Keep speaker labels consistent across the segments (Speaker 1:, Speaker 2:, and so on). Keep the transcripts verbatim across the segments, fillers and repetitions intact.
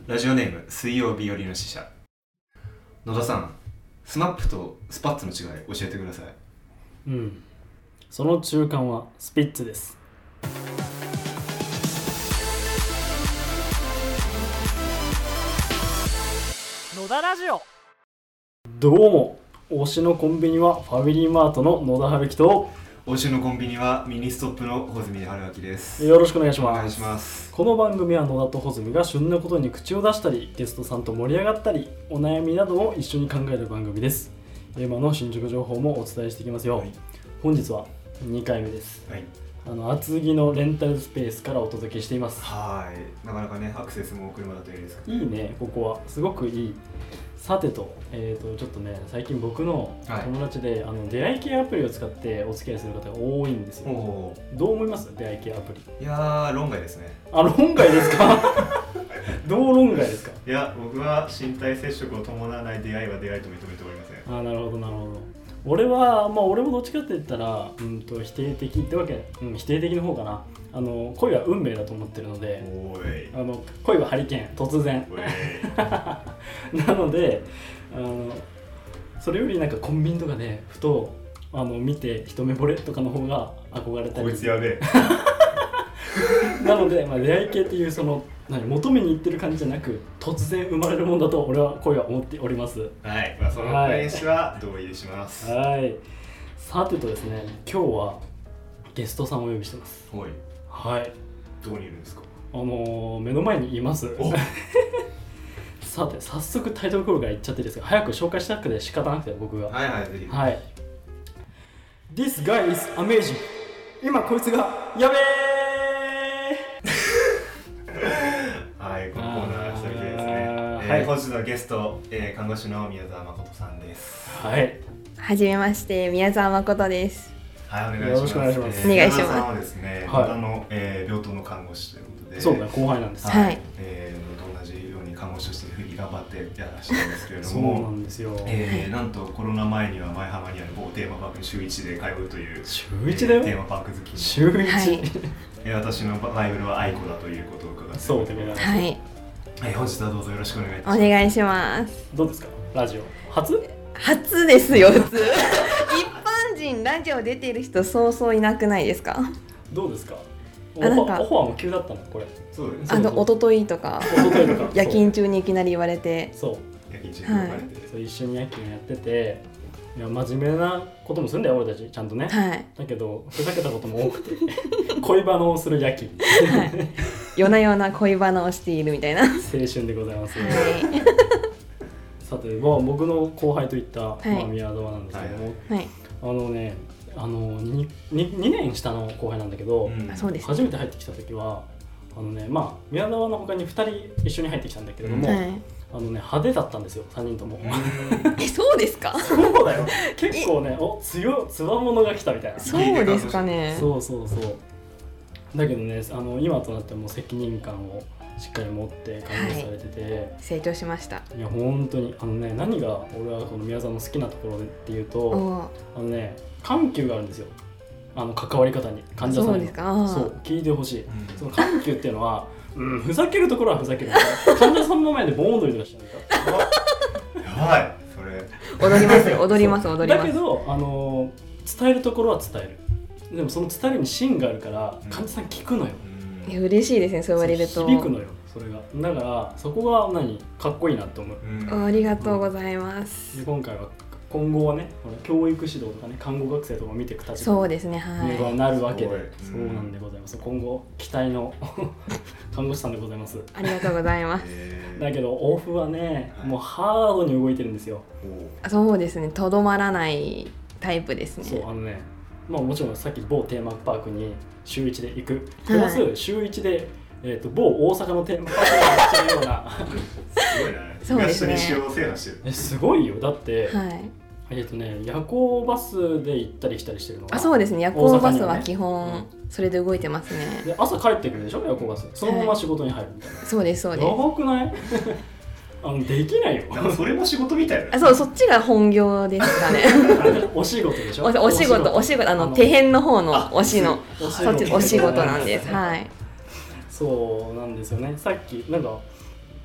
Speaker 1: ラジオネーム水曜日よりの使者。野田さん、スマップとスパッツの違い教えてください。
Speaker 2: うん、その中間はスピッツです。
Speaker 3: 野田ラジオ。
Speaker 2: どうも、推しのコンビニはファミリーマートの野田春樹と、
Speaker 1: 推しのコンビニはミニストップの穂積春明です。
Speaker 2: よろしくお願いします。
Speaker 1: お願いします。
Speaker 2: この番組は野田と穂積が旬なことに口を出したり、ゲストさんと盛り上がったり、お悩みなどを一緒に考える番組です。今の新宿情報もお伝えしていきますよ。はい、本日はにかいめです。はい、あの厚木のレンタルスペースからお届けしています。
Speaker 1: はい、なかなかねアクセスも車だといいですかね。
Speaker 2: いいね、ここはすごくいい。さてと、えーと、ちょっとね、最近僕の友達で、はい、あの出会い系アプリを使ってお付き合いする方が多いんですよ。どう思います？出会い系アプリ。
Speaker 1: いやー、論外ですね。
Speaker 2: あ、論外ですか？どう論外ですか？
Speaker 1: いや、僕は身体接触を伴わない出会いは出会いと認めておりません。
Speaker 2: あ、なるほどなるほど。俺は、まあ俺もどっちかって言ったら、うんと否定的ってわけ、うん、否定的の方かな。あの恋は運命だと思ってるので、
Speaker 1: おい
Speaker 2: あの恋はハリケーン突然なので、あのそれよりなんかコンビニとかでふとあの見て一目惚れとかの方が憧れたり。
Speaker 1: こいつやべえ
Speaker 2: なので、まあ、出会い系っていうその何求めに行ってる感じじゃなく、突然生まれるもんだと俺は恋は思っております。
Speaker 1: はい、まあ、その返しは同意します。
Speaker 2: はい、さてとですね、今日はゲストさんをお呼びしてます。
Speaker 1: はい。
Speaker 2: はい。
Speaker 1: どこにいるんですか？
Speaker 2: あのー、目の前にいます。さて、早速タイトルコールから言っちゃっていいですか？早く紹介したくて仕方なくて、僕が。
Speaker 1: はいはい、ぜひ。
Speaker 2: はい。This guy is amazing. 今こいつがやべ
Speaker 1: ーはい、このコーナー、それでですね。はい、えー、本日のゲスト、えー、看護師の宮沢誠さんです。
Speaker 2: はい。
Speaker 4: はじめまして、宮沢誠です。
Speaker 1: はい、お願いします。よろしくお願いします。
Speaker 4: お願いします。
Speaker 1: 宮沢さんはですね、野田の、えー、病棟の看護師ということで、
Speaker 2: そうだ、後輩なんです。
Speaker 4: はい。
Speaker 1: えー、と同じように看護師として日々頑張ってやらせてるんですけれども、
Speaker 2: そうなんですよ。
Speaker 1: えー、なんとコロナ前には前浜にある某テーマパークに週いちで通うという
Speaker 2: 週いちだよ、
Speaker 1: えー、テーマパーク好きの
Speaker 2: 週いち、はい、
Speaker 1: えー、私のバイブルは愛子だということを伺って、
Speaker 2: そうでございます。
Speaker 4: はい。
Speaker 1: はい、本日はどうぞよろしくお願いいたします。
Speaker 4: お願いします。
Speaker 2: どうですか？ラジオ初？
Speaker 4: 初ですよ、普通。一般人ラジオ出てる人そうそういなくないですか？
Speaker 2: どうですか？オ
Speaker 4: ファー
Speaker 2: も急だったのこれ。
Speaker 1: そうです。
Speaker 4: あの一昨日とか
Speaker 2: 一昨日とか
Speaker 4: 夜勤中にいきなり言われて、
Speaker 2: そう
Speaker 1: 夜勤中に言われて、はい、
Speaker 2: そう一緒に夜勤やってて、いや真面目なこともするんだよ俺たちちゃんとね。
Speaker 4: はい。
Speaker 2: だけどふざけたことも多くて恋バナをする夜勤。
Speaker 4: はい。夜な夜な恋バナをしているみたいな青
Speaker 2: 春でございます。
Speaker 4: はい。
Speaker 2: さて、まあ、僕の後輩といった、
Speaker 4: はい
Speaker 2: まあ、宮沢なんですけども、
Speaker 4: はい、
Speaker 2: あのね、あの 2, 2年下の後輩なんだけど、うん、
Speaker 4: そうですね、
Speaker 2: 初めて入ってきた時はあのね、まあ、宮沢の他にふたり一緒に入ってきたんだけれども、
Speaker 4: はい、
Speaker 2: あのね、派手だったんですよ、さんにんとも。
Speaker 4: え、そうですか？
Speaker 2: そうだよ、結構ね、お強つわものが来たみたいな。
Speaker 4: そうですかね。
Speaker 2: そうそうそう。だけどね、あの今となっても責任感をしっかり持って管理されてて、はい、
Speaker 4: 成長しました。
Speaker 2: いや本当にあのね、何が俺はこの宮沢の好きなところっていうと、あのね、緩急があるんですよ。あの関わり方に患者さんに。そうですか。そう聞いてほしい、うん、その緩急っていうのは、うん、ふざけるところはふざける患者さんの前で盆踊りとかしちゃう
Speaker 1: からやばいそれ
Speaker 4: 踊りますよ踊ります踊ります。
Speaker 2: だけどあの伝えるところは伝える。でもその伝えるに芯があるから患者さん聞くのよ。
Speaker 4: いや嬉しいですね、そう言われると。
Speaker 2: 響くのよそれが。だからそこが何かっこいいなと思う、
Speaker 4: うん、ありがとうございます、
Speaker 2: うん、で今回は今後はね、教育指導とかね、看護学生とかを見ていく立場
Speaker 4: そうですね、はい、
Speaker 2: なるわけで、そうなんでございます。今後期待の看護師さんでございます。
Speaker 4: ありがとうございます。
Speaker 2: だけどオフはね、もうハードに動いてるんですよ。
Speaker 4: そうですね、とどまらないタイプですね。
Speaker 2: そうあのね、まあもちろんさっき某テーマパークに週いちで行くプラス週いちで、えー、と某大阪のテーマパークに行っちゃうような
Speaker 1: すごいね。
Speaker 4: そうですね。
Speaker 1: 東と西を制覇してる。
Speaker 2: えすごいよ。だって、
Speaker 4: はい、
Speaker 2: えーとね、夜行バスで行ったり来たりしてるのは、
Speaker 4: あ、そうですね、夜行バスは基本それで動いてますね。
Speaker 2: で朝帰ってくるでしょ、夜行バス。そのまま仕事に入るみたいな、はい、
Speaker 4: そうですそうです。
Speaker 2: やばくない？あのできないよ。
Speaker 1: なんかそれも仕事みたいな。
Speaker 4: あ、そう、そっちが本業ですかね。
Speaker 2: お仕事でしょ。
Speaker 4: お, お仕事お仕事あの手辺の方の推しのそっちお仕事なんです。はい。
Speaker 2: そうなんですよね。さっきなんか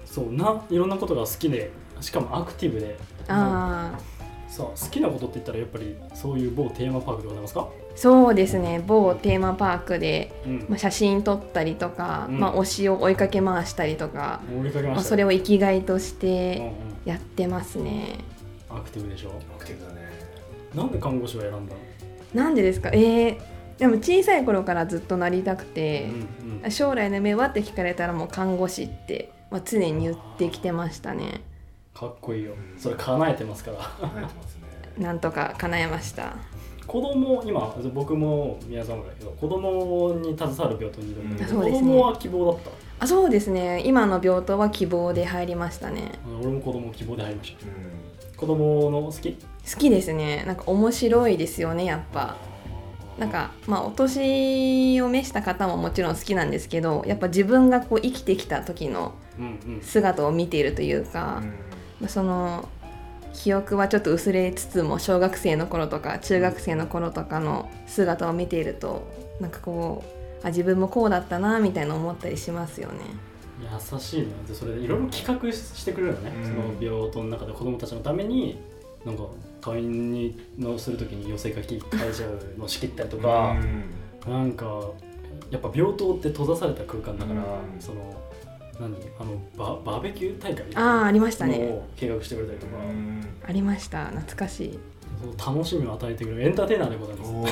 Speaker 2: そうないろんなことが好きで、しかもアクティブで、
Speaker 4: あ
Speaker 2: さあ好きなことって言ったらやっぱりそういう某テーマパークでございますか？
Speaker 4: そうですね、某テーマパークで、
Speaker 2: うん
Speaker 4: まあ、写真撮ったりとか、
Speaker 2: うん
Speaker 4: まあ、推しを追いかけ回したりとか、
Speaker 2: 追いかけました、
Speaker 4: まあ、それを生きがいとし
Speaker 2: うん
Speaker 4: て
Speaker 2: うん、
Speaker 4: やってますね。
Speaker 2: アクティブでしょ。
Speaker 1: アクティブだね。
Speaker 2: なんで看護師を選んだの？
Speaker 4: なんでですか？えー、でも小さい頃からずっとなりたくて、
Speaker 2: うんうん、
Speaker 4: 将来の夢はって聞かれたらもう看護師って、まあ、常に言ってきてましたね。
Speaker 2: かっこいいよ。それ叶えてますから。
Speaker 1: 叶えてますね。
Speaker 4: なんとか叶えました。
Speaker 2: 子供今僕も宮沢もだけど子供に携わる病棟にいるんだけど、
Speaker 4: うん、
Speaker 2: 子供は希望だった？
Speaker 4: あ、そうですね、今の病棟は希望で入りましたね。
Speaker 2: 俺も子供希望で入りました。
Speaker 1: うん、
Speaker 2: 子供の好き？
Speaker 4: 好きですね。なんか面白いですよね、やっぱ。なんかまあお年を召した方ももちろん好きなんですけど、やっぱ自分がこう生きてきた時の姿を見ているというか、うん、その記憶はちょっと薄れつつも小学生の頃とか中学生の頃とかの姿を見ていると、なんかこうあ自分もこうだったなみたいな思ったりしますよね。
Speaker 2: 優しいね。でそれでいろいろ企画してくれるのね、うん、その病棟の中で子どもたちのためになんか退院にのするときに寄せ書き書いちゃうの仕切ったりとか、うん、なんかやっぱ病棟って閉ざされた空間だから、うん、その何あの バ, バーベキュー大会みたいな
Speaker 4: あありましたね。
Speaker 2: を計画してくれたりとか、
Speaker 4: うん、ありました。懐かしい。
Speaker 2: 楽しみを与えてくれるエンターテイナーでございます。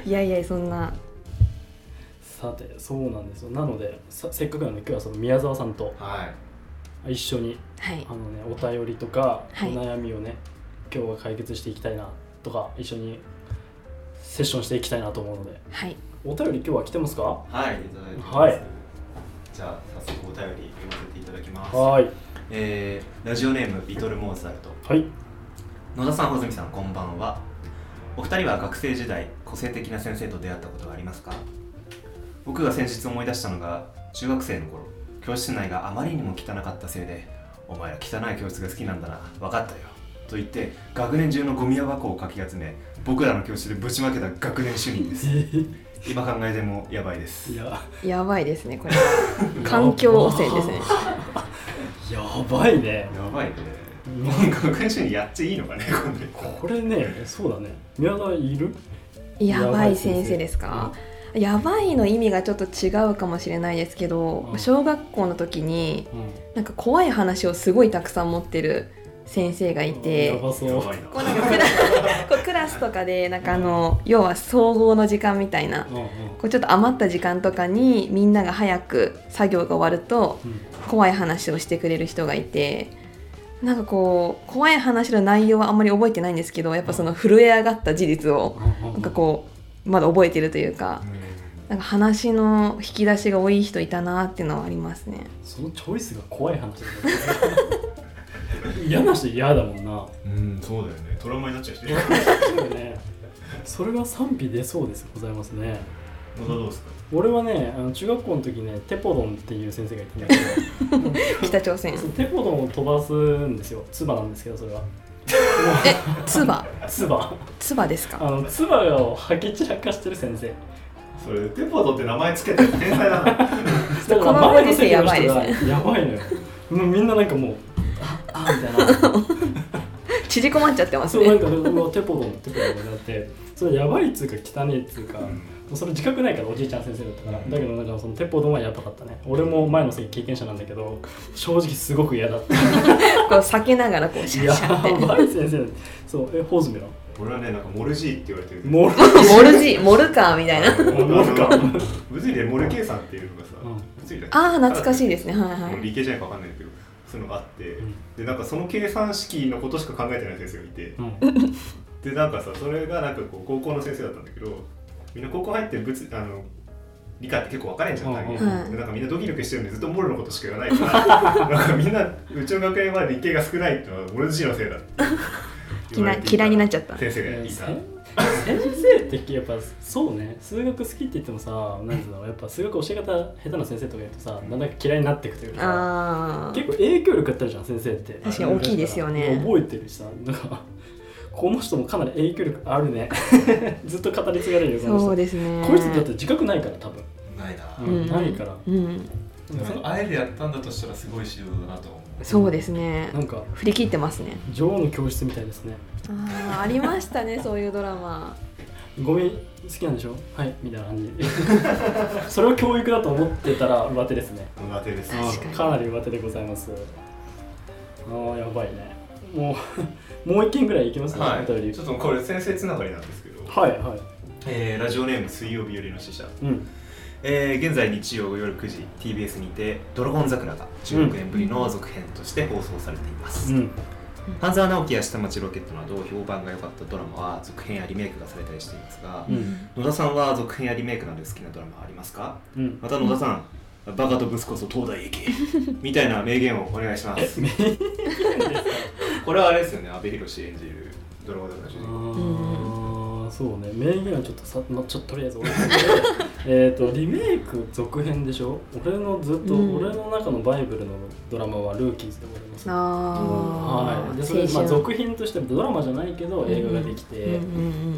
Speaker 4: いやいやそんな。
Speaker 2: さてそうなんですよ。なのでせっかくなので今日はその宮沢さんと一緒に、はい、あのね、お便りとかお悩みをね、はい、今日は解決していきたいなとか一緒にセッションしていきたいなと思うので、はい、お便り今日は来てますか？
Speaker 1: はい、いただいてます。はい、じゃあ早速お便り読ませていただきます。はい、えー、ラジオネームリトルモーツァルト。はい、野田さん、穂積さん、こんばんは。お二人は学生時代個性的な先生と出会ったことはありますか？僕が先日思い出したのが中学生の頃、教室内があまりにも汚かったせいで、お前ら汚い教室が好きなんだな、分かったよと言って学年中のゴミ箱をかき集め、僕らの教室でぶちまけた学年主任です。今考えてもやばいです。
Speaker 4: や, やばいですね、これは環境汚染ですね。
Speaker 2: やばいね。
Speaker 1: やばいね。学年主任やっちゃいいのかね、
Speaker 2: これね。そうだね。宮沢いる？
Speaker 4: やばい先生ですか？やばいの意味がちょっと違うかもしれないですけど、うん、小学校の時に、うん、なんか怖い話をすごいたくさん持ってる先生がいて、
Speaker 2: やばそう。
Speaker 4: こうなんかクラこうクラスとかでなんかあの要は総合の時間みたいな、うんうん、こうちょっと余った時間とかにみんなが早く作業が終わると、うん、怖い話をしてくれる人がいて、なんかこう怖い話の内容はあんまり覚えてないんですけど、やっぱその震え上がった事実をなんかこうまだ覚えてるというか、なんか話の引き出しが多い人いたなっていうのはありますね。
Speaker 2: そのチョイスが怖い話だ嫌な人嫌だもんな。
Speaker 1: うん、そうだよね。トラウマになっちゃう人いる
Speaker 2: ね。それが賛否出そうですございますね。
Speaker 1: 野田どうですか？
Speaker 2: 俺はね、あの中学校の時ね、テポドンっていう先生がいてんだけど
Speaker 4: 北朝鮮
Speaker 2: テポドンを飛ばすんですよ。唾なんですけど、それは
Speaker 4: え、唾
Speaker 2: 唾
Speaker 4: 唾ですか？
Speaker 2: あの唾を吐き散らかしてる先生。
Speaker 1: それテポドンって名前つけて天才だな。だ
Speaker 4: からこのご時世やばいですね。
Speaker 2: やばいのよ。もうみんななんかもうああみたいな
Speaker 4: 縮こまっちゃってますね。
Speaker 2: そうなんかもうテポドンテポドンになって、それやばいっつうか汚いっつうか、うん、それ自覚ないからおじいちゃん先生だったから、だけどなんかそのテポドンはやばかったね。俺も前の席経験者なんだけど、正直すごく嫌だった。
Speaker 4: こう避けながらこうシャッシャって。
Speaker 2: やばい先生。そうえホーズメは。
Speaker 1: 俺はね、なんかモルジーって言われてる。
Speaker 2: モル
Speaker 4: モルジーモルカーみたいな。
Speaker 2: モルカー。
Speaker 1: 物理でモル計算っていうのがさ、うん、物理だっけ？
Speaker 4: ああ懐かしいですね。はいはい。
Speaker 1: 理系じゃないかわかんないけど。そういうのがあって、うん、でなんかその計算式のことしか考えてない先生がいて、うん、でなんかさそれがなんかこう高校の先生だったんだけど、みんな高校入って物あの理科って結構分かれんじゃん、うんうん、でなんかみんなドキドキしてるんでずっとモルのことしか言わないからなんかみんなうちの学園は理系が少ないってのはモルジーのせいだって
Speaker 4: 嫌いになっちゃった
Speaker 1: 先生がいた。
Speaker 2: 先生ってやっぱそうね、数学好きって言ってもさ、なんていうのやっぱ数学教え方下手な先生とか言うとさ、だんだん嫌いになっていくというか、結構影響力あったじゃん先生って。
Speaker 4: 確かに大きいですよね。
Speaker 2: 覚えてるしさ、なんかこの人もかなり影響力あるね。ずっと語り継がれるよ。
Speaker 4: そうですね。
Speaker 2: こいつだって自覚ないから多分。
Speaker 1: ないな。
Speaker 2: うん、ないから。
Speaker 4: うん。
Speaker 1: あえてやったんだとしたらすごい仕事だなと思う。
Speaker 4: そうですね、
Speaker 2: なんか
Speaker 4: 振り切ってますね。
Speaker 2: 女王の教室みたいですね。
Speaker 4: ああ、ありましたねそういうドラマ。
Speaker 2: ゴミ好きなんでしょ、はいみたいな感じそれを教育だと思ってたら上手ですね。
Speaker 1: 上手ですね。
Speaker 4: 確かに
Speaker 2: かなり上手でございます。ああ、やばいね。もうもう一件ぐらいいきますね、
Speaker 1: はい、
Speaker 2: お便り。
Speaker 1: ちょっとこれ先生つながりなんですけど、
Speaker 2: はいはい、
Speaker 1: えー、ラジオネーム水曜日よりの使者、
Speaker 2: うん、
Speaker 1: えー、現在日曜夜くじ ティービーエス にてドラゴン桜がじゅうろくねんぶりの続編として放送されています、うん、半沢直樹や下町ロケットなど評判が良かったドラマは続編やリメイクがされたりしていますが、うん、野田さんは続編やリメイクなど好きなドラマはありますか、うん、また野田さん、うん、バカとブスこそ東大行けみたいな名言をお願いします。名言ですか？これはあれですよね、阿部寛演じるドラゴン桜主人公。
Speaker 2: ああ、そうね、名言はちょっとさ、まあ、ちょっととりあえず俺えっとリメイク続編でしょ。俺のずっと、うん、俺の中のバイブルのドラマはルーキーズでございます。あ、はい、でそれ、まあ、続編としてドラマじゃないけど映画ができて、うんうんうん、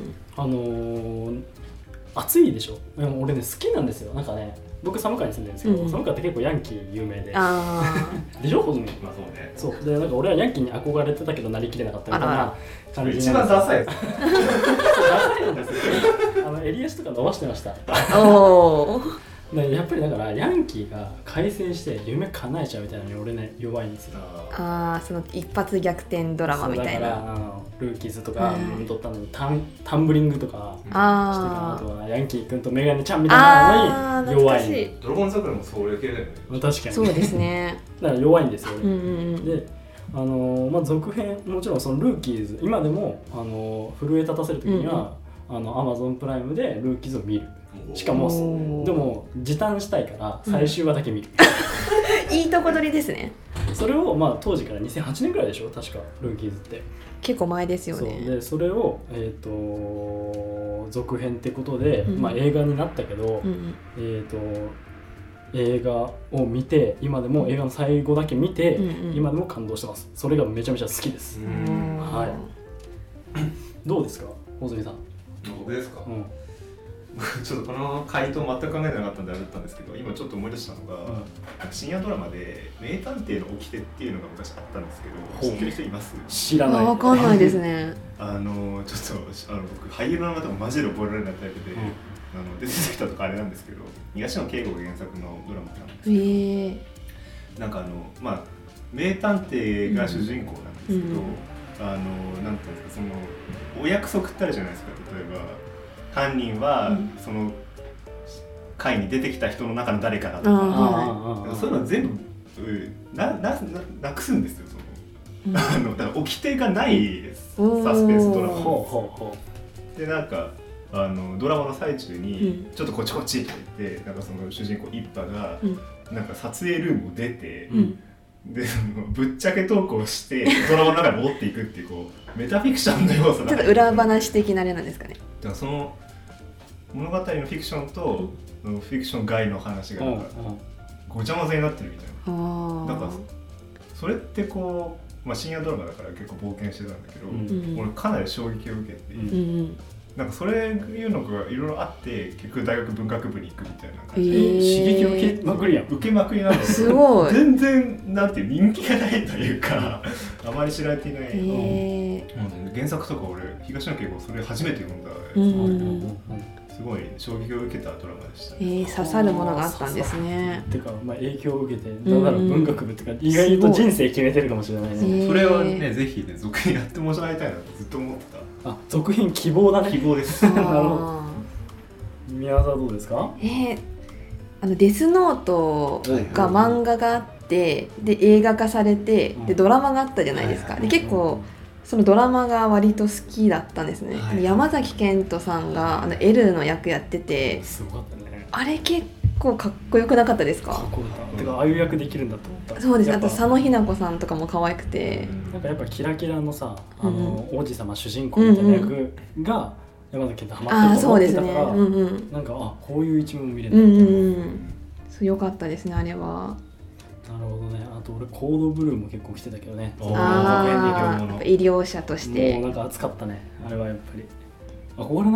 Speaker 2: あのー、熱いでしょ。でも俺ね好きなんですよ。なんかね、僕寒川に住んでるんですけど、うん、寒川って結構ヤンキー有名で、あでしょ、ほずみ。まあそうね。そうで、なんか俺はヤンキーに憧れてたけどなりきれなかったみたいな感じ。
Speaker 1: 一番ダサいやつ。ダ
Speaker 2: サいんですよ。あの襟足とか伸ばしてました。おお。やっぱりだからヤンキーが改戦して夢叶えちゃうみたいなのに俺ね弱いんですよ。
Speaker 4: ああ、その一発逆転ドラマみたいな。
Speaker 2: だからあのルーキーズとか撮ったのにタンタンブリングとかしてた、あとはヤンキー君とメガネちゃんみたいなのに弱い。
Speaker 1: ドラゴン桜もそういう系だよね。
Speaker 2: 確かに。
Speaker 4: そうですね。
Speaker 2: だから弱いんですよね。うんうんうん、で、あのー、まあ続編もちろんそのルーキーズ今でもあのー、震え立たせる時には、うんうん、あの Amazon プライムでルーキーズを見る。しかもでも時短したいから最終話だけ見る、
Speaker 4: うん、いいとこ取りですね。
Speaker 2: それをまあ当時からにせんはちねんくらいでしょ確かルーキーズって。
Speaker 4: 結構前ですよね。
Speaker 2: そうでそれを、えー、と続編ってことで、うん、まあ、映画になったけど、うん、えー、と映画を見て今でも映画の最後だけ見て、うんうん、今でも感動してます。それがめちゃめちゃ好きです。はい、どうですか大泉さん。
Speaker 1: 僕ですか、うん、ちょっとこの回答全く考えてなかったんであれだったんですけど、今ちょっと思い出したのが、うん、なんか深夜ドラマで名探偵の掟っていうのが昔あったんですけど、知ってる人います？
Speaker 2: 知らない。
Speaker 4: わかんないですね。
Speaker 1: あのちょっとあの僕俳優の名前とかマジで覚えられないタイプで、うん、あの出てきたとかあれなんですけど、東野圭吾が原作のドラマなんですけど、えー、なんかあのまあ名探偵が主人公なんですけど、うんうん、あのなんていうんですか、そのお約束ってあるじゃないですか。例えば犯人はその会に出てきた人の中の誰かだとか、そういうの全部ななななくすんですよ。その、うん、あのだから掟がないサスペンスドラマで、なんかあのドラマの最中に、うん、ちょっとこっちこっちって言って、なんかその主人公一派が、うん、なんか撮影ルームを出て、うん、でそのぶっちゃけトークをしてドラマの中に戻っていくっていう、こうメタフィクションの要素がちょっと
Speaker 4: 裏話的なあれなんですかね。
Speaker 1: だからその物語のフィクションと、うん、フィクション外の話がなんかごちゃ混ぜになってるみたいな。なんかそれってこう、まあ、深夜ドラマだから結構冒険してたんだけど、うん、俺かなり衝撃を受けて、うん、なんかそれいうのがいろいろあって結局大学文学部に行くみたいな感じで、えー、
Speaker 2: 刺激を受けまくりやん。
Speaker 1: 受けまくりなんだけど
Speaker 4: すごい
Speaker 1: 全然なんていう人気がないというかあまり知られていない、えー、原作とか俺東野圭吾それ初めて読んだやつ、うん、すごい衝撃を受けたドラマでした、ね。
Speaker 4: えー、刺さるものがあったんですね。
Speaker 2: てか、まあ、影響を受けてだから文学部ってか意外と人生決めてるかもしれないね。
Speaker 1: そ, それはねぜひね続編やってもらいたいなとずっと思ってた。
Speaker 2: あ、続編希望だね。
Speaker 1: 希望です。なるほど。
Speaker 2: 宮沢どうですか？
Speaker 4: えー、あのデスノートが漫画があって、で映画化されて、でドラマがあったじゃないですか。で結構そのドラマが割と好きだったんですね、はい、山崎賢人さんがあの L の役やってて、
Speaker 2: すごかったね。
Speaker 4: あれ結構かっこよくなかったですか？
Speaker 2: かっこよかった。てかああいう役できるんだと思った。
Speaker 4: そうです。あと佐野日奈子さんとかも可愛くて、
Speaker 2: なんかやっぱキラキラのさ、あの、うん、王子様主人公みたいな役が山崎賢人ハマってると思ってたから、うんうん、なんかあこういう一面も見れるんだと思って、うんうん、
Speaker 4: そうよかったですねあれは。
Speaker 2: なるほどね。あと俺コードブルーも結構来てたけどね。
Speaker 4: ああ、医療者として
Speaker 2: もうなんか熱かったね。あれはやっぱり憧れない？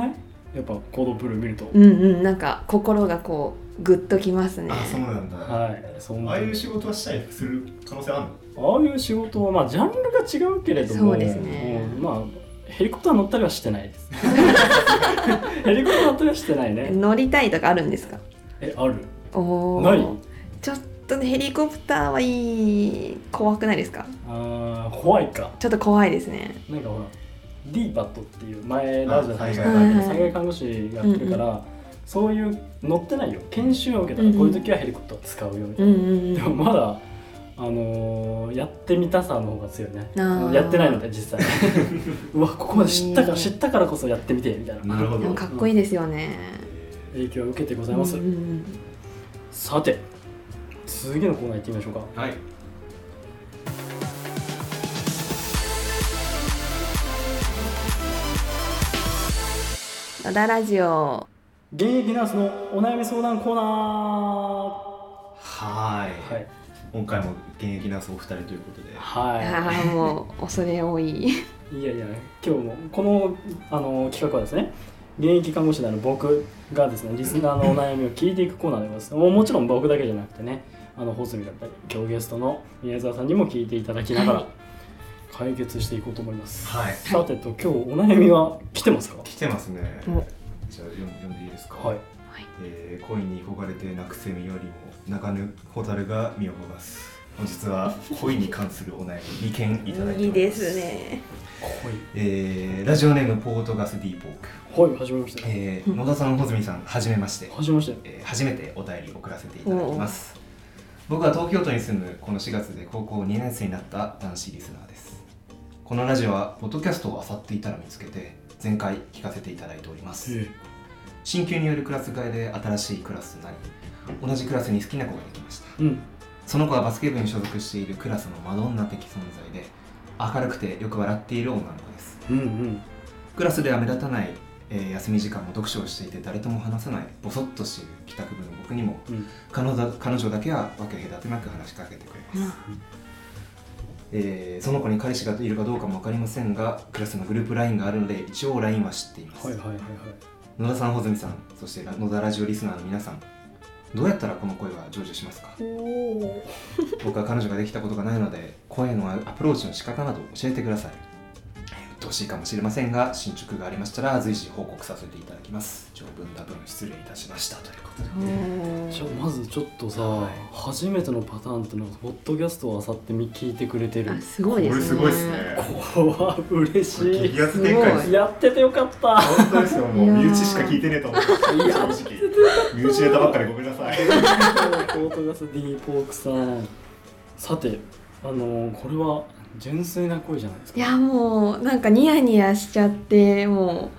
Speaker 2: やっぱコードブルー見ると
Speaker 4: うんうんなんか心がこうグッときますね。
Speaker 1: あ、そうなんだ。
Speaker 2: はい。そんな
Speaker 1: ああいう仕事はしたりする可能性ある
Speaker 2: の？ああいう仕事はまあジャンルが違うけれども、
Speaker 4: そうですね。
Speaker 2: うん、まあヘリコプター乗ったりはしてないです。ヘリコプター乗ったりはしてないね。
Speaker 4: 乗りたいとかあるんですか？
Speaker 2: え、ある。
Speaker 4: お
Speaker 2: ない。
Speaker 4: ちょっとねヘリコプターはいい怖くないですか？
Speaker 2: ああ、怖いか。
Speaker 4: ちょっと怖いですね。
Speaker 2: なんかほら ディーパット っていう前ラジオで話した
Speaker 1: はい
Speaker 2: けど災害看護師がやってるから、うんうん、そういう乗ってないよ研修を受けたら、うんうん、こういう時はヘリコプターを使うよみたいな、うんうんうん、でもまだあのー、やってみたさの方が強いね。やってないので実際うわここまで知ったから知ったからこそやってみてみたいな。
Speaker 4: なるほど。でもかっこいいですよね、
Speaker 2: うん、影響を受けてございます、うんうん、さて次のコーナー行ってみましょうか。
Speaker 1: はい。
Speaker 4: 野田ラジオ
Speaker 2: 現役ナースのお悩み相談コーナー。
Speaker 1: はい、はい、今回も現役ナースお二人ということで、
Speaker 4: はい、あもう恐れ多いい
Speaker 2: やいや今日もこの、あの企画はですね現役看護師である僕がですねリスナーのお悩みを聞いていくコーナーでございます。もちろん僕だけじゃなくてねあのホズミだったり今日ゲストの宮沢さんにも聞いていただきながら、はい解決していこうと思います。はい。さてと今日お悩みは来てますか？
Speaker 1: 来てますね。じゃあ読んでいいですか？はい。えー、恋に焦がれて泣くセミよりも泣かぬ蛍が身を焦がす。本日は恋に関するお悩みにけんいただいております。
Speaker 4: いいですね。
Speaker 1: えー、ラジオネームポートガス D ポー
Speaker 2: ク。はい、始めました。
Speaker 1: えー、野田さん、穂積さん、はじめまして。
Speaker 2: はじめまして。
Speaker 1: えー、初めてお便り送らせていただきます。僕は東京都に住むこのしがつで高校にねん生になった男子リスナーです。このラジオはポッドキャストを漁っていたら見つけて前回聞かせていただいております。進級によるクラス替えで新しいクラスとなり同じクラスに好きな子ができました、うん、その子はバスケ部に所属しているクラスのマドンナ的存在で明るくてよく笑っている女の子です、うんうん、クラスでは目立たない、えー、休み時間も読書をしていて誰とも話さないボソッとしている帰宅部の僕にも、うん、彼女、彼女だけは分け隔てなく話しかけてくれます、うんえー、その子に彼氏がいるかどうかも分かりませんがクラスのグループ ライン があるので一応 ライン は知っています、はいはいはいはい、野田さん、穂積さん、そして野田ラジオリスナーの皆さんどうやったらこの恋は成就しますか？僕は彼女ができたことがないので恋へのアプローチの仕方など教えてください。鬱陶しいかもしれませんが進捗がありましたら随時報告させていただきます。長文多文失礼いたしましたということで、
Speaker 2: じゃあまずちょっとさ、はい、初めてのパターンっていうのはポッドキャストを漁って聞いてくれてる。
Speaker 4: あすごいですね。
Speaker 1: これすごいですね。
Speaker 2: こわ嬉しい。
Speaker 1: 激アツ展開です。
Speaker 2: やっててよかった。
Speaker 1: 本当ですよ。もう身内しか聞いてねえと思って正直身内ネタばっかりごめんなさい。ポ
Speaker 2: ートガス D ポークさん。さてあのー、これは純粋な恋じゃないですか。
Speaker 4: いやもうなんかニヤニヤしちゃっても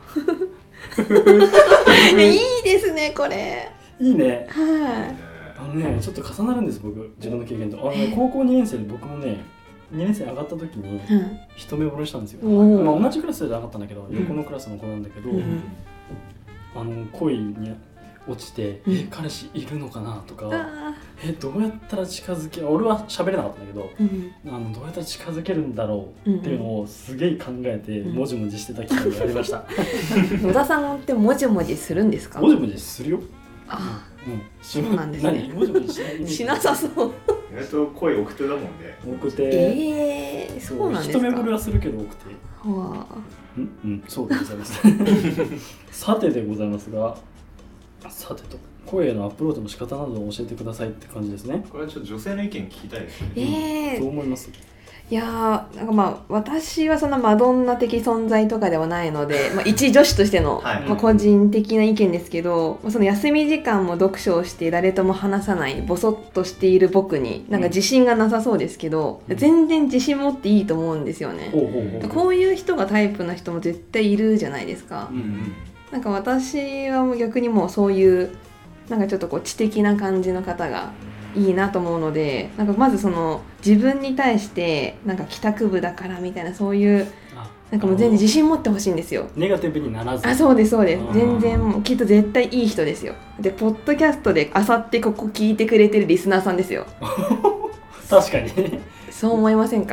Speaker 4: ういいですねこれ。
Speaker 2: いいね。
Speaker 4: はい。
Speaker 2: あのねちょっと重なるんです僕自分の経験と。あの、ね、高校にねん生で僕もねにねん生上がった時に一目惚れしたんですよ。うん、まあ同じクラスではなかったんだけど、うん、横のクラスの子なんだけど、うん、あの恋に落ちて、うん、彼氏いるのかなとか、えどうやったら近づけ俺は喋れなかったんだけど、うん、あのどうやったら近づけるんだろうっていうのをすげえ考えてもじもじしてた期間がありました。
Speaker 4: 野田さんってもじもじするんですか？
Speaker 2: もじもじするよ。
Speaker 4: あ、うん、そうなんですね。
Speaker 2: もじもじしない
Speaker 4: しなさそう。
Speaker 1: 意外と声奥手だもんね。
Speaker 2: 奥手。
Speaker 4: えー、そうなんですか。
Speaker 2: 一目惚れはするけど奥手。
Speaker 4: はあ。
Speaker 2: うんうん、そうでございます。さてでございますが。さてと声へのアプローチの仕方などを教えてくださいって感じですね。
Speaker 1: これはちょっと女性の意見聞きたいですね。
Speaker 4: えー、
Speaker 2: どう思います？
Speaker 4: いやーなんかまあ私はそんなマドンナ的存在とかではないので、まあ、一女子としての、はいまあ、個人的な意見ですけど、まあ、その休み時間も読書をして誰とも話さないボソッとしている僕になんか自信がなさそうですけど、うん、全然自信持っていいと思うんですよね、うん、こういう人がタイプな人も絶対いるじゃないですか、うんうん、なんか私はもう逆にもうそういうなんかちょっとこう知的な感じの方がいいなと思うので、なんかまずその自分に対してなんか帰宅部だからみたいなそういうなんかもう全然自信持ってほしいんですよ。
Speaker 2: ネガティブにならず。
Speaker 4: あ、そうですそうです。全然もうきっと絶対いい人ですよ。でポッドキャストであさってここ聞いてくれてるリスナーさんですよ。
Speaker 2: 確かに。
Speaker 4: そう思いませんか？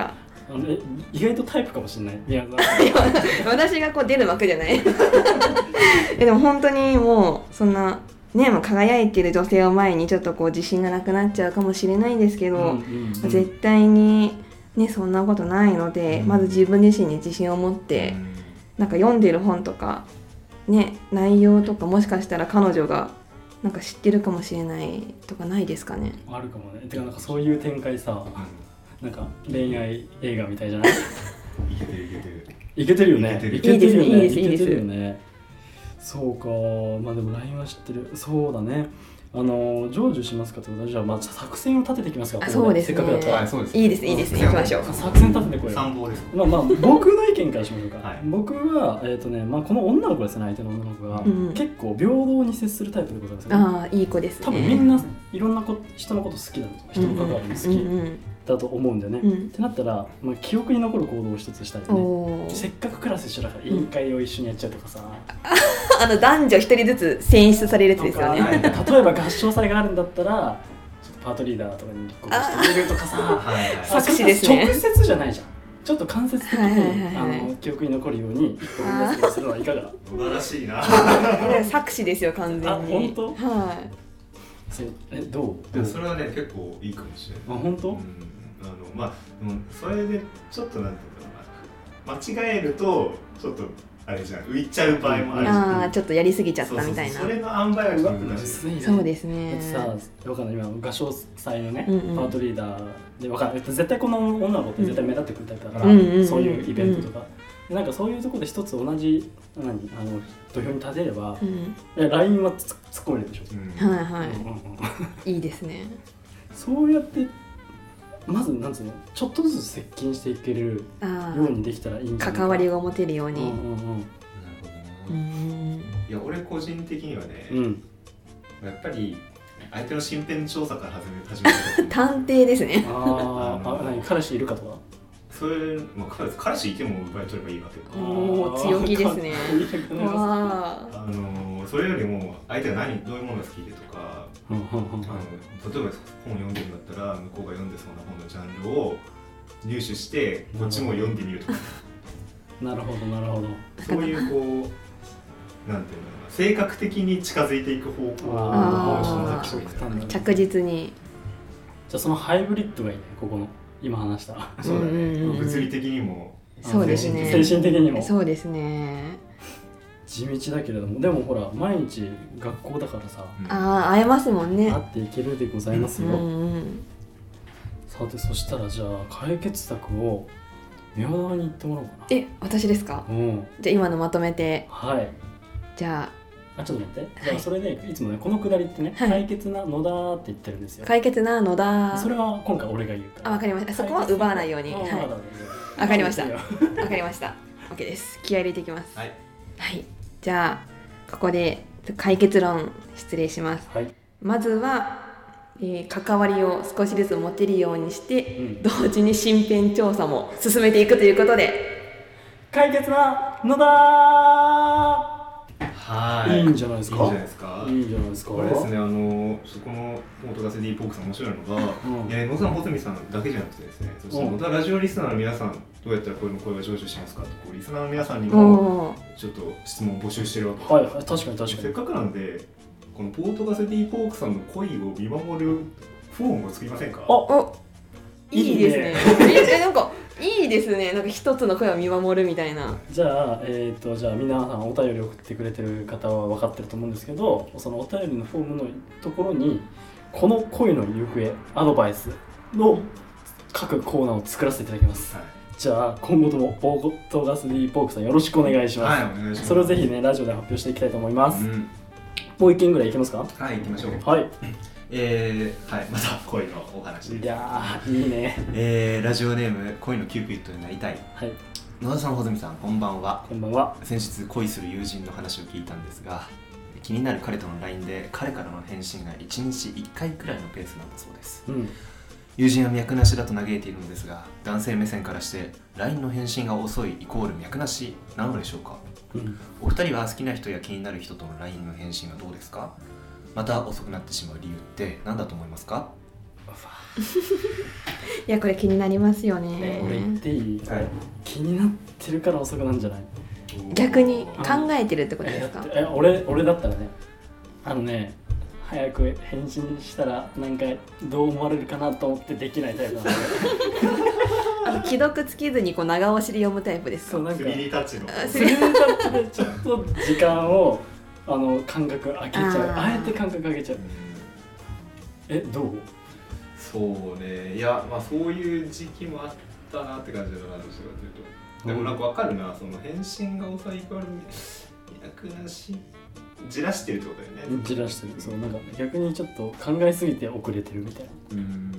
Speaker 2: あの意外とタイプかもしれない。いや
Speaker 4: 私がこう出る枠じゃないえでも本当にもうそんなね、まあ、輝いてる女性を前にちょっとこう自信がなくなっちゃうかもしれないんですけど、うんうんうん、絶対にねそんなことないので、うん、まず自分自身に自信を持って、うん、なんか読んでる本とかね内容とかもしかしたら彼女がなんか知ってるかもしれないとかないですかね。
Speaker 2: あるかもね。てかなんかそういう展開さ、なんか恋愛映画みたいじゃない？い
Speaker 1: けてるいけてる
Speaker 2: いけてるよね。
Speaker 4: いけてるよね。いいです
Speaker 2: いいですいいですいいですよね。そうか。まあでも ライン は知ってる。そうだね。あの成就しますかってことは、じゃあまあ作戦を立てていきますか。
Speaker 4: あ、そうですね。
Speaker 2: せっかくだったら、
Speaker 4: はい、そうですね。いいですいいですね。行きましょう。
Speaker 2: 作戦立ててこいよ。
Speaker 1: 参謀です。
Speaker 2: まあまあ僕の意見からしましょうか。はい、僕はえっ、ー、とね、まあこの女の子ですね、相手の女の子が、うん、結構平等に接するタイプでございますね。
Speaker 4: ああ、いい子ですね。
Speaker 2: 多分みんないろんな子人のこと好きだとか、人の関わりも好き。うんうんうんだと思うんだよね、うん、ってなったら、まあ、記憶に残る行動を一つしたいよね。せっかくクラス一緒だから委員会を一緒にやっちゃうとかさ、
Speaker 4: うん、あの男女一人ずつ選出されるやつですよね。
Speaker 2: 例えば合唱祭があるんだったらちょっとパートリーダーとかに立候補してみるとかさ、はいはい、
Speaker 4: 作詞ですね。
Speaker 2: 直接じゃないじゃん。ちょっと間接的に、はいはいはいはい、あの記憶に残るように一歩目指すのはいかが？
Speaker 1: 素晴らしいな。
Speaker 4: 作詞ですよ完全に。あ、
Speaker 2: 本当？
Speaker 4: はい。
Speaker 2: そうえどう？
Speaker 1: いやそれはね結構いいかもしれない。
Speaker 2: あ、本当？
Speaker 1: うんあのまあ、でもそれでちょっとなんていうかな間違えるとちょっとあれじゃん浮いちゃう場合もあるし、
Speaker 4: ああちょっとやりすぎちゃったみたいな。
Speaker 1: そうそうそうそれの塩梅はちょっと難しい。
Speaker 4: そうですね。
Speaker 2: だってさ、わかんない今合唱祭のね、うんうん、パートリーダーでわかんない絶対この女の子って絶対目立ってくるタイプだから、うんうん、そういうイベントとか、うん、なんかそういうところで一つ同じ何あの土俵に立てれば、うん、ライン は突っ込めるでしょ。
Speaker 4: うん、はいはい、うんうんうん、いいですね。
Speaker 2: そうやってまずなんつうのちょっとずつ接近していけるようにできたらいいんじゃないか。
Speaker 4: 関わりが持てるように。うんうんうん、
Speaker 1: なるほどな。うん、いや俺個人的にはね、うん、やっぱり相手の身辺調査から始め始めた
Speaker 4: 探偵ですね。
Speaker 2: ああ、何彼氏いるかとか。
Speaker 1: それ、まあ、彼氏いても奪い取ればいいわけだ。
Speaker 4: おお強気ですね。
Speaker 1: あのそれよりも相手が何どういうものが好きでとか、あの例えば本読んでるんだったら向こうが読んでそうな本のジャンルを入手してこっちも読んでみるとか。
Speaker 2: なるほどなるほど。
Speaker 1: そういうこうなんていうの性格的に近づいていく方向を
Speaker 4: 着実に。
Speaker 2: じゃあそのハイブリッドがいいねここの。今話した。
Speaker 1: そうだね、うんうん、物理的にも
Speaker 4: そうですね
Speaker 2: 精神的にも
Speaker 4: そうですね。
Speaker 2: 地道だけれどもでもほら毎日学校だからさ、
Speaker 4: うん、ああ会えますもんね。
Speaker 2: 会っていけるでございますよ、うんうん、さてそしたらじゃあ解決策を宮川に言ってもらおうかな。
Speaker 4: え私ですか、うん、じゃあ今のまとめて
Speaker 2: はい
Speaker 4: じゃあ
Speaker 2: あちょっと待って、じゃあそれでいつもねこのくだりってね、はい、解決な野田って言ってるんですよ。
Speaker 4: 解決な野田。
Speaker 2: それは今回俺が言うから。
Speaker 4: あわかりました。そこは奪わないように。はい。わかりました。わかりました。オッケーです。気合い入れていきます。はい。はい。じゃあここで解決論失礼します。はい。まずは、えー、関わりを少しずつ持てるようにして、うん、同時に身辺調査も進めていくということで
Speaker 2: 解決な野田。
Speaker 1: はい、
Speaker 2: いいんじゃないですか。
Speaker 1: いいんじゃないですか。
Speaker 2: いいんじゃないですか。
Speaker 1: これですね、あのそこのポートガセディポークさん面白いのが、うん、えー、野田穂積さんだけじゃなくてですね、そして野田ラジオリスナーの皆さんどうやったらこういう声を成就しますかとこうリスナーの皆さんにもちょっと質問を募集してるわけです。
Speaker 2: はいはい、確かに確かに。
Speaker 1: せっかくなんでこのポートガセディポークさんの恋を見守るフォームを作りませんか。
Speaker 4: あ、あ、いいですね。え、なんかいいですね。なんか一つの声を見守るみたいな。
Speaker 2: じゃあ、えっと、じゃあ皆さんお便り送ってくれてる方は分かってると思うんですけど、そのお便りのフォームのところにこの恋の行方アドバイスの各コーナーを作らせていただきます。はい、じゃあ今後ともポートガスディポークさんよろしくお願いします。
Speaker 1: はい、お願いします。
Speaker 2: それをぜひねラジオで発表していきたいと思います。うん、もう一件ぐらいいけますか。
Speaker 1: はい、行きましょう。
Speaker 2: はい。
Speaker 1: えー、はい、また恋のお話です。
Speaker 2: いやー、いいね。
Speaker 1: えー、ラジオネーム恋のキューピッドになりたい。はい。野田さん、穂積さん、こんばんは。
Speaker 2: こんばんは。
Speaker 1: 先日恋する友人の話を聞いたんですが、気になる彼との ライン で彼からの返信がいちにちいっかいくらいのペースなんだそうです。うん。友人は脈なしだと嘆いているのですが、男性目線からして ライン の返信が遅いイコール脈なしなのでしょうか。うん。お二人は好きな人や気になる人との ライン の返信はどうですか。また遅くなってしまう理由って何だと思いますか。
Speaker 4: いやこれ気になりますよね。
Speaker 2: ね俺言っていい、はい、気になってるから遅くなんじゃない？
Speaker 4: 逆に考えてるってことですか？
Speaker 2: え俺俺だったらね、あのね早く返信したらなんかどう思われるかなと思ってできないタイプなんで
Speaker 4: あの既読つけずにこう長押しで読むタイプですか？
Speaker 2: そうなんか
Speaker 1: スリーディータッチの
Speaker 2: スリーディータッチでちょっと時間をあの間隔空けちゃう あ, あえて間隔空けちゃう。えどう？
Speaker 1: そうね、いやまあそういう時期もあったなって感じだな、どちらかというと。でもなんかわかるな、その返信が遅いから脈なしじらしてるってことだよね。
Speaker 2: じらしてる。そうなんか逆にちょっと考えすぎて遅れてるみたいな。
Speaker 1: うーん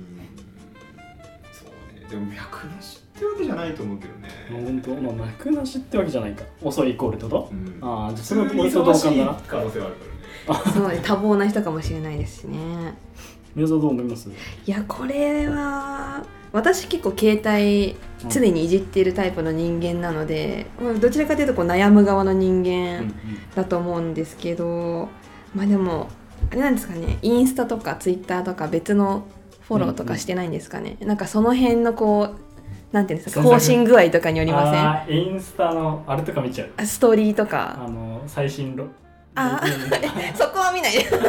Speaker 1: そうね、でも脈なしってわけじゃないと思うけどね。
Speaker 2: 本当、まあ脈なしってわけじゃないか。遅いイコールってこと？うん、ああ、じゃあそれは俺と同感だな。
Speaker 1: 可能性はあるからね。
Speaker 4: そうね、多忙な人かもしれないですしね。
Speaker 2: 皆さんどう思います？
Speaker 4: いやこれは私結構携帯常にいじっているタイプの人間なので、うん、どちらかというとこう悩む側の人間だと思うんですけど、うんうん、まあでもあれなんですかね、インスタとかツイッターとか別のフォローとかしてないんですかね、うんうん、なんかその辺のこうなんていうんですか、更新具合とかによりません？
Speaker 2: あインスタのあれとか見ちゃう。
Speaker 4: ストーリーとか
Speaker 2: あの最新ロ
Speaker 4: あそこは見ないです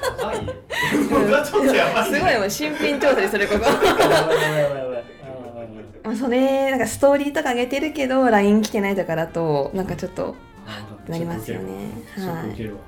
Speaker 4: すごいもう新品調査でそれこそそれなんかストーリーとか上げてるけど ライン 来てないとかだとなんかちょっとなりますよね。
Speaker 2: はい。そうね。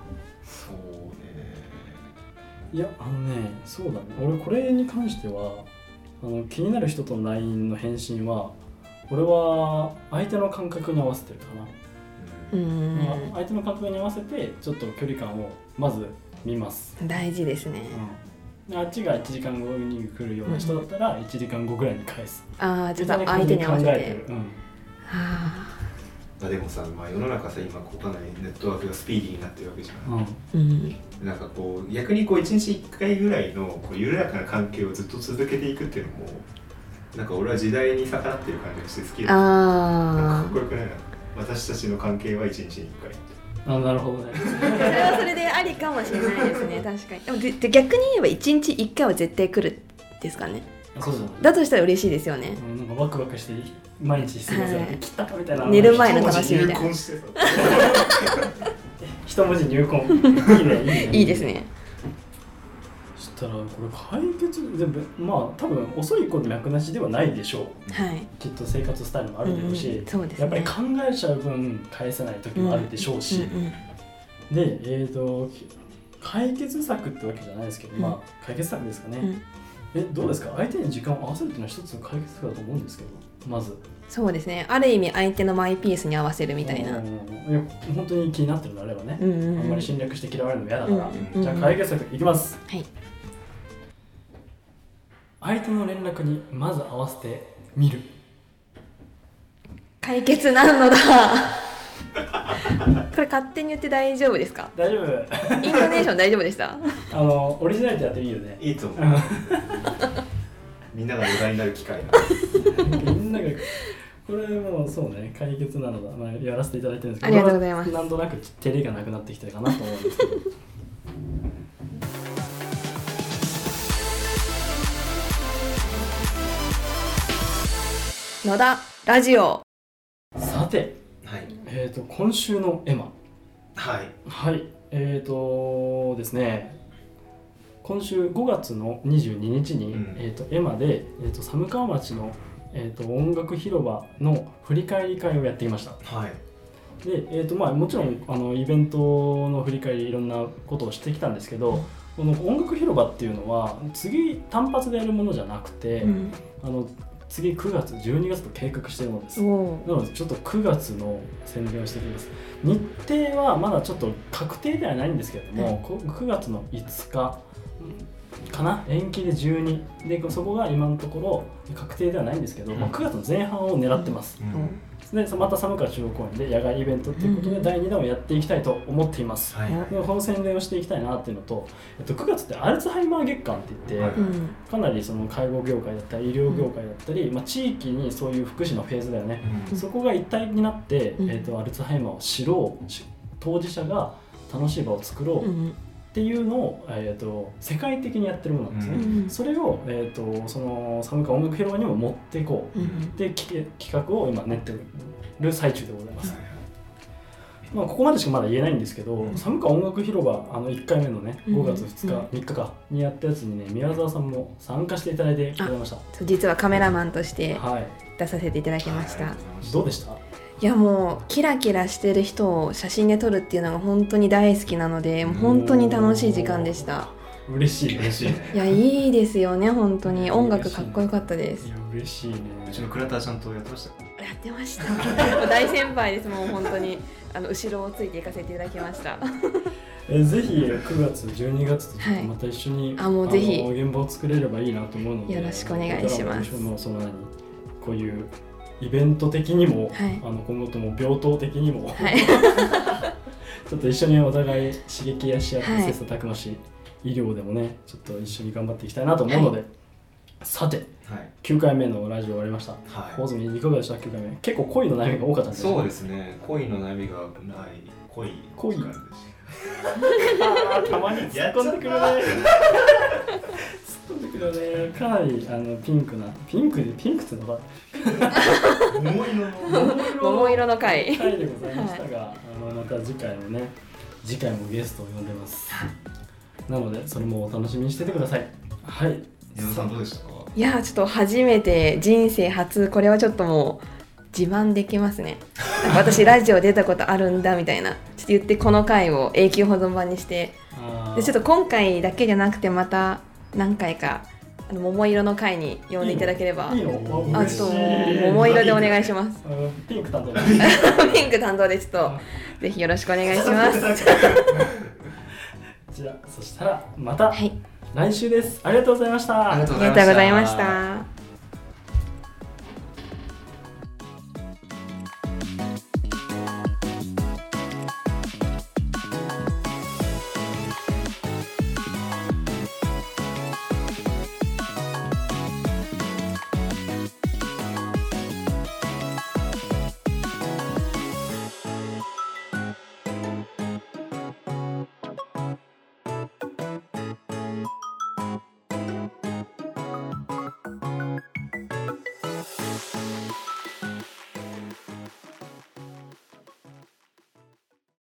Speaker 2: いやあのねそうだね。俺これに関してはあの気になる人との ライン の返信は俺は相手の感覚に合わせてるかな。うん、相手の感覚に合わせてちょっと距離感をまず見ます。
Speaker 4: 大事ですね、
Speaker 2: うん、あっちがいちじかんごに来るような人だったらいちじかんごぐらいに返す、
Speaker 4: うん、ああちょっと相手に合わせて、うん、は
Speaker 1: あでもさ、まあ、世の中さ今こうかなりネットワークがスピーディーになってるわけじゃん、うん、なんかこう逆にこういちにちいっかいぐらいのこう緩やかな関係をずっと続けていくっていうのもなんか俺は時代に逆らってる感じがして好きだ。あなんかかっこよくないな。私たちの関係はいちにちにいっかい。
Speaker 2: あなるほどねそ
Speaker 4: れはそれでありかもしれないですね確かに。でもで逆に言えばいちにちいっかいは絶対来るですかね。
Speaker 2: そうだね。
Speaker 4: だとしたら嬉しいですよね。
Speaker 2: うん、なんかワクワクして毎日過ごせて来たかみたいな。
Speaker 4: 寝る前の楽しみみたいな。
Speaker 2: 一文字入魂いいねいいね
Speaker 4: いいですね。
Speaker 2: そしたらこれ解決全部まあ多分遅いこと脈なしではないでしょう、はい、きっと生活スタイルもあるだろうし、うんそうですね、やっぱり考えちゃう分返せない時もあるでしょうし、うんうんうん、でえーと解決策ってわけじゃないですけど、うん、まあ解決策ですかね、うん、えどうですか相手に時間を合わせるっていうのは一つの解決策だと思うんですけどまず
Speaker 4: そうですねある意味相手のマイペースに合わせるみたいな。いや
Speaker 2: 本当に気になってるのであればね、うんうんうん、あんまり侵略して嫌われるのも嫌だから、うんうん、じゃあ解決策いきます、はい相手の連絡にまず合わせてみる。
Speaker 4: 解決なのだこれ勝手に言って大丈夫ですか？
Speaker 2: 大丈夫
Speaker 4: イントネーション大丈夫でした？
Speaker 2: あのオリジナリティやっていいよね。
Speaker 1: いいと思うみんなが話題になる機会
Speaker 2: みんながこれもうそうね解決なのだ、まあ、やらせていただいてるんですけど
Speaker 4: ありがとうございます。
Speaker 2: なんとなく照れがなくなってきたかなと思うんですけど
Speaker 4: 野田ラジオ。
Speaker 2: さて、はいえー、と今週のエマ
Speaker 1: はい
Speaker 2: はいえーとですね今週ごがつのにじゅうににちに、うんえー、とエマで、えー、と寒川町の、えー、と音楽広場の振り返り会をやっていました。はいでえーとまあ、もちろんあのイベントの振り返りいろんなことをしてきたんですけど、この音楽広場っていうのは次単発でやるものじゃなくて、うん、あの次くがつじゅうにがつと計画しているのです。なのでちょっとくがつの宣伝をしていきます。日程はまだちょっと確定ではないんですけれども、うん、くがつのいつかかな延期でじゅうにでそこが今のところ確定ではないんですけど、うんまあ、くがつの前半を狙ってます、うんうんでまた寒川中央公園で野外イベントということで、うん、だいにだんをやっていきたいと思っています、はい、でこの宣伝をしていきたいなっていうのと、えっと、くがつってアルツハイマー月間って言って、はい、かなりその介護業界だったり医療業界だったり、うんまあ、地域にそういう福祉のフェーズだよね、うん、そこが一体になって、うんえっと、アルツハイマーを知ろう当事者が楽しい場を作ろう、うんっていうのを、えー、と世界的にやってるものなんですね、うん、それを、えー、とその寒川音楽広場にも持っていこう、うん、で企画を今練ってる最中でございます、うん、まあ、ここまでしかまだ言えないんですけど、うん、寒川音楽広場あのいっかいめのねごがつふつか、うん、みっかかにやったやつにね宮沢さんも参加していただいてございました。
Speaker 4: 実はカメラマンとして出させていただきました、はい、
Speaker 2: どうでした？
Speaker 4: いやもうキラキラしてる人を写真で撮るっていうのが本当に大好きなので、もう本当に楽しい時間でした。
Speaker 2: 嬉しい嬉しい。
Speaker 4: いやいいですよね、本当に音楽かっこよかったです。
Speaker 2: いや嬉しいね。
Speaker 1: うちの倉田ちゃんとやってました。
Speaker 4: やってました。大先輩です、もう本当にあの後ろをついていかせていただきました。
Speaker 2: えぜひくがつじゅうにがつとちょっとまた一緒に、
Speaker 4: はい、あもうぜひ
Speaker 2: あの現場を作れればいいなと思うので、
Speaker 4: よろしくお願いします。
Speaker 2: もうその何こういうイベント的にも、はい、あの今後とも病棟的にも、はい、ちょっと一緒にお互い刺激やし合って、はい、切磋琢磨し、医療でもねちょっと一緒に頑張っていきたいなと思うので、はい、さて、はい、きゅうかいめのラジオ終わりました。大泉、はい、いかがでした？きゅうかいめ結構恋の悩みが多かったんですね。
Speaker 1: そうですね、恋の悩みがない恋
Speaker 2: 恋感です。たまに突っ込んでくるね。突っ込んでくるね。かなりあのピンクなピンクでピンクっていうのが
Speaker 1: 桃色
Speaker 4: の桃色の回
Speaker 2: 回でございましたが、はい、あのまた次回もね次回もゲストを呼んでます。なのでそれもお楽しみにしててください。はい。
Speaker 1: 矢野さんどうでしたか？
Speaker 4: いやちょっと初めて人生初、これはちょっともう自慢できますね。なんか私ラジオ出たことあるんだみたいなちょっと言ってこの回を永久保存版にして、でちょっと今回だけじゃなくてまた何回かあの桃色の回に呼んでいただければ。
Speaker 2: いいの？
Speaker 4: あちょっと桃色でお願いします。
Speaker 2: ピンク担当
Speaker 4: ピンク担当でちょっとぜひよろしくお願いします。
Speaker 2: じゃあそしたらまた来週です。ありがとうございました。
Speaker 1: ありがとう
Speaker 4: ございました。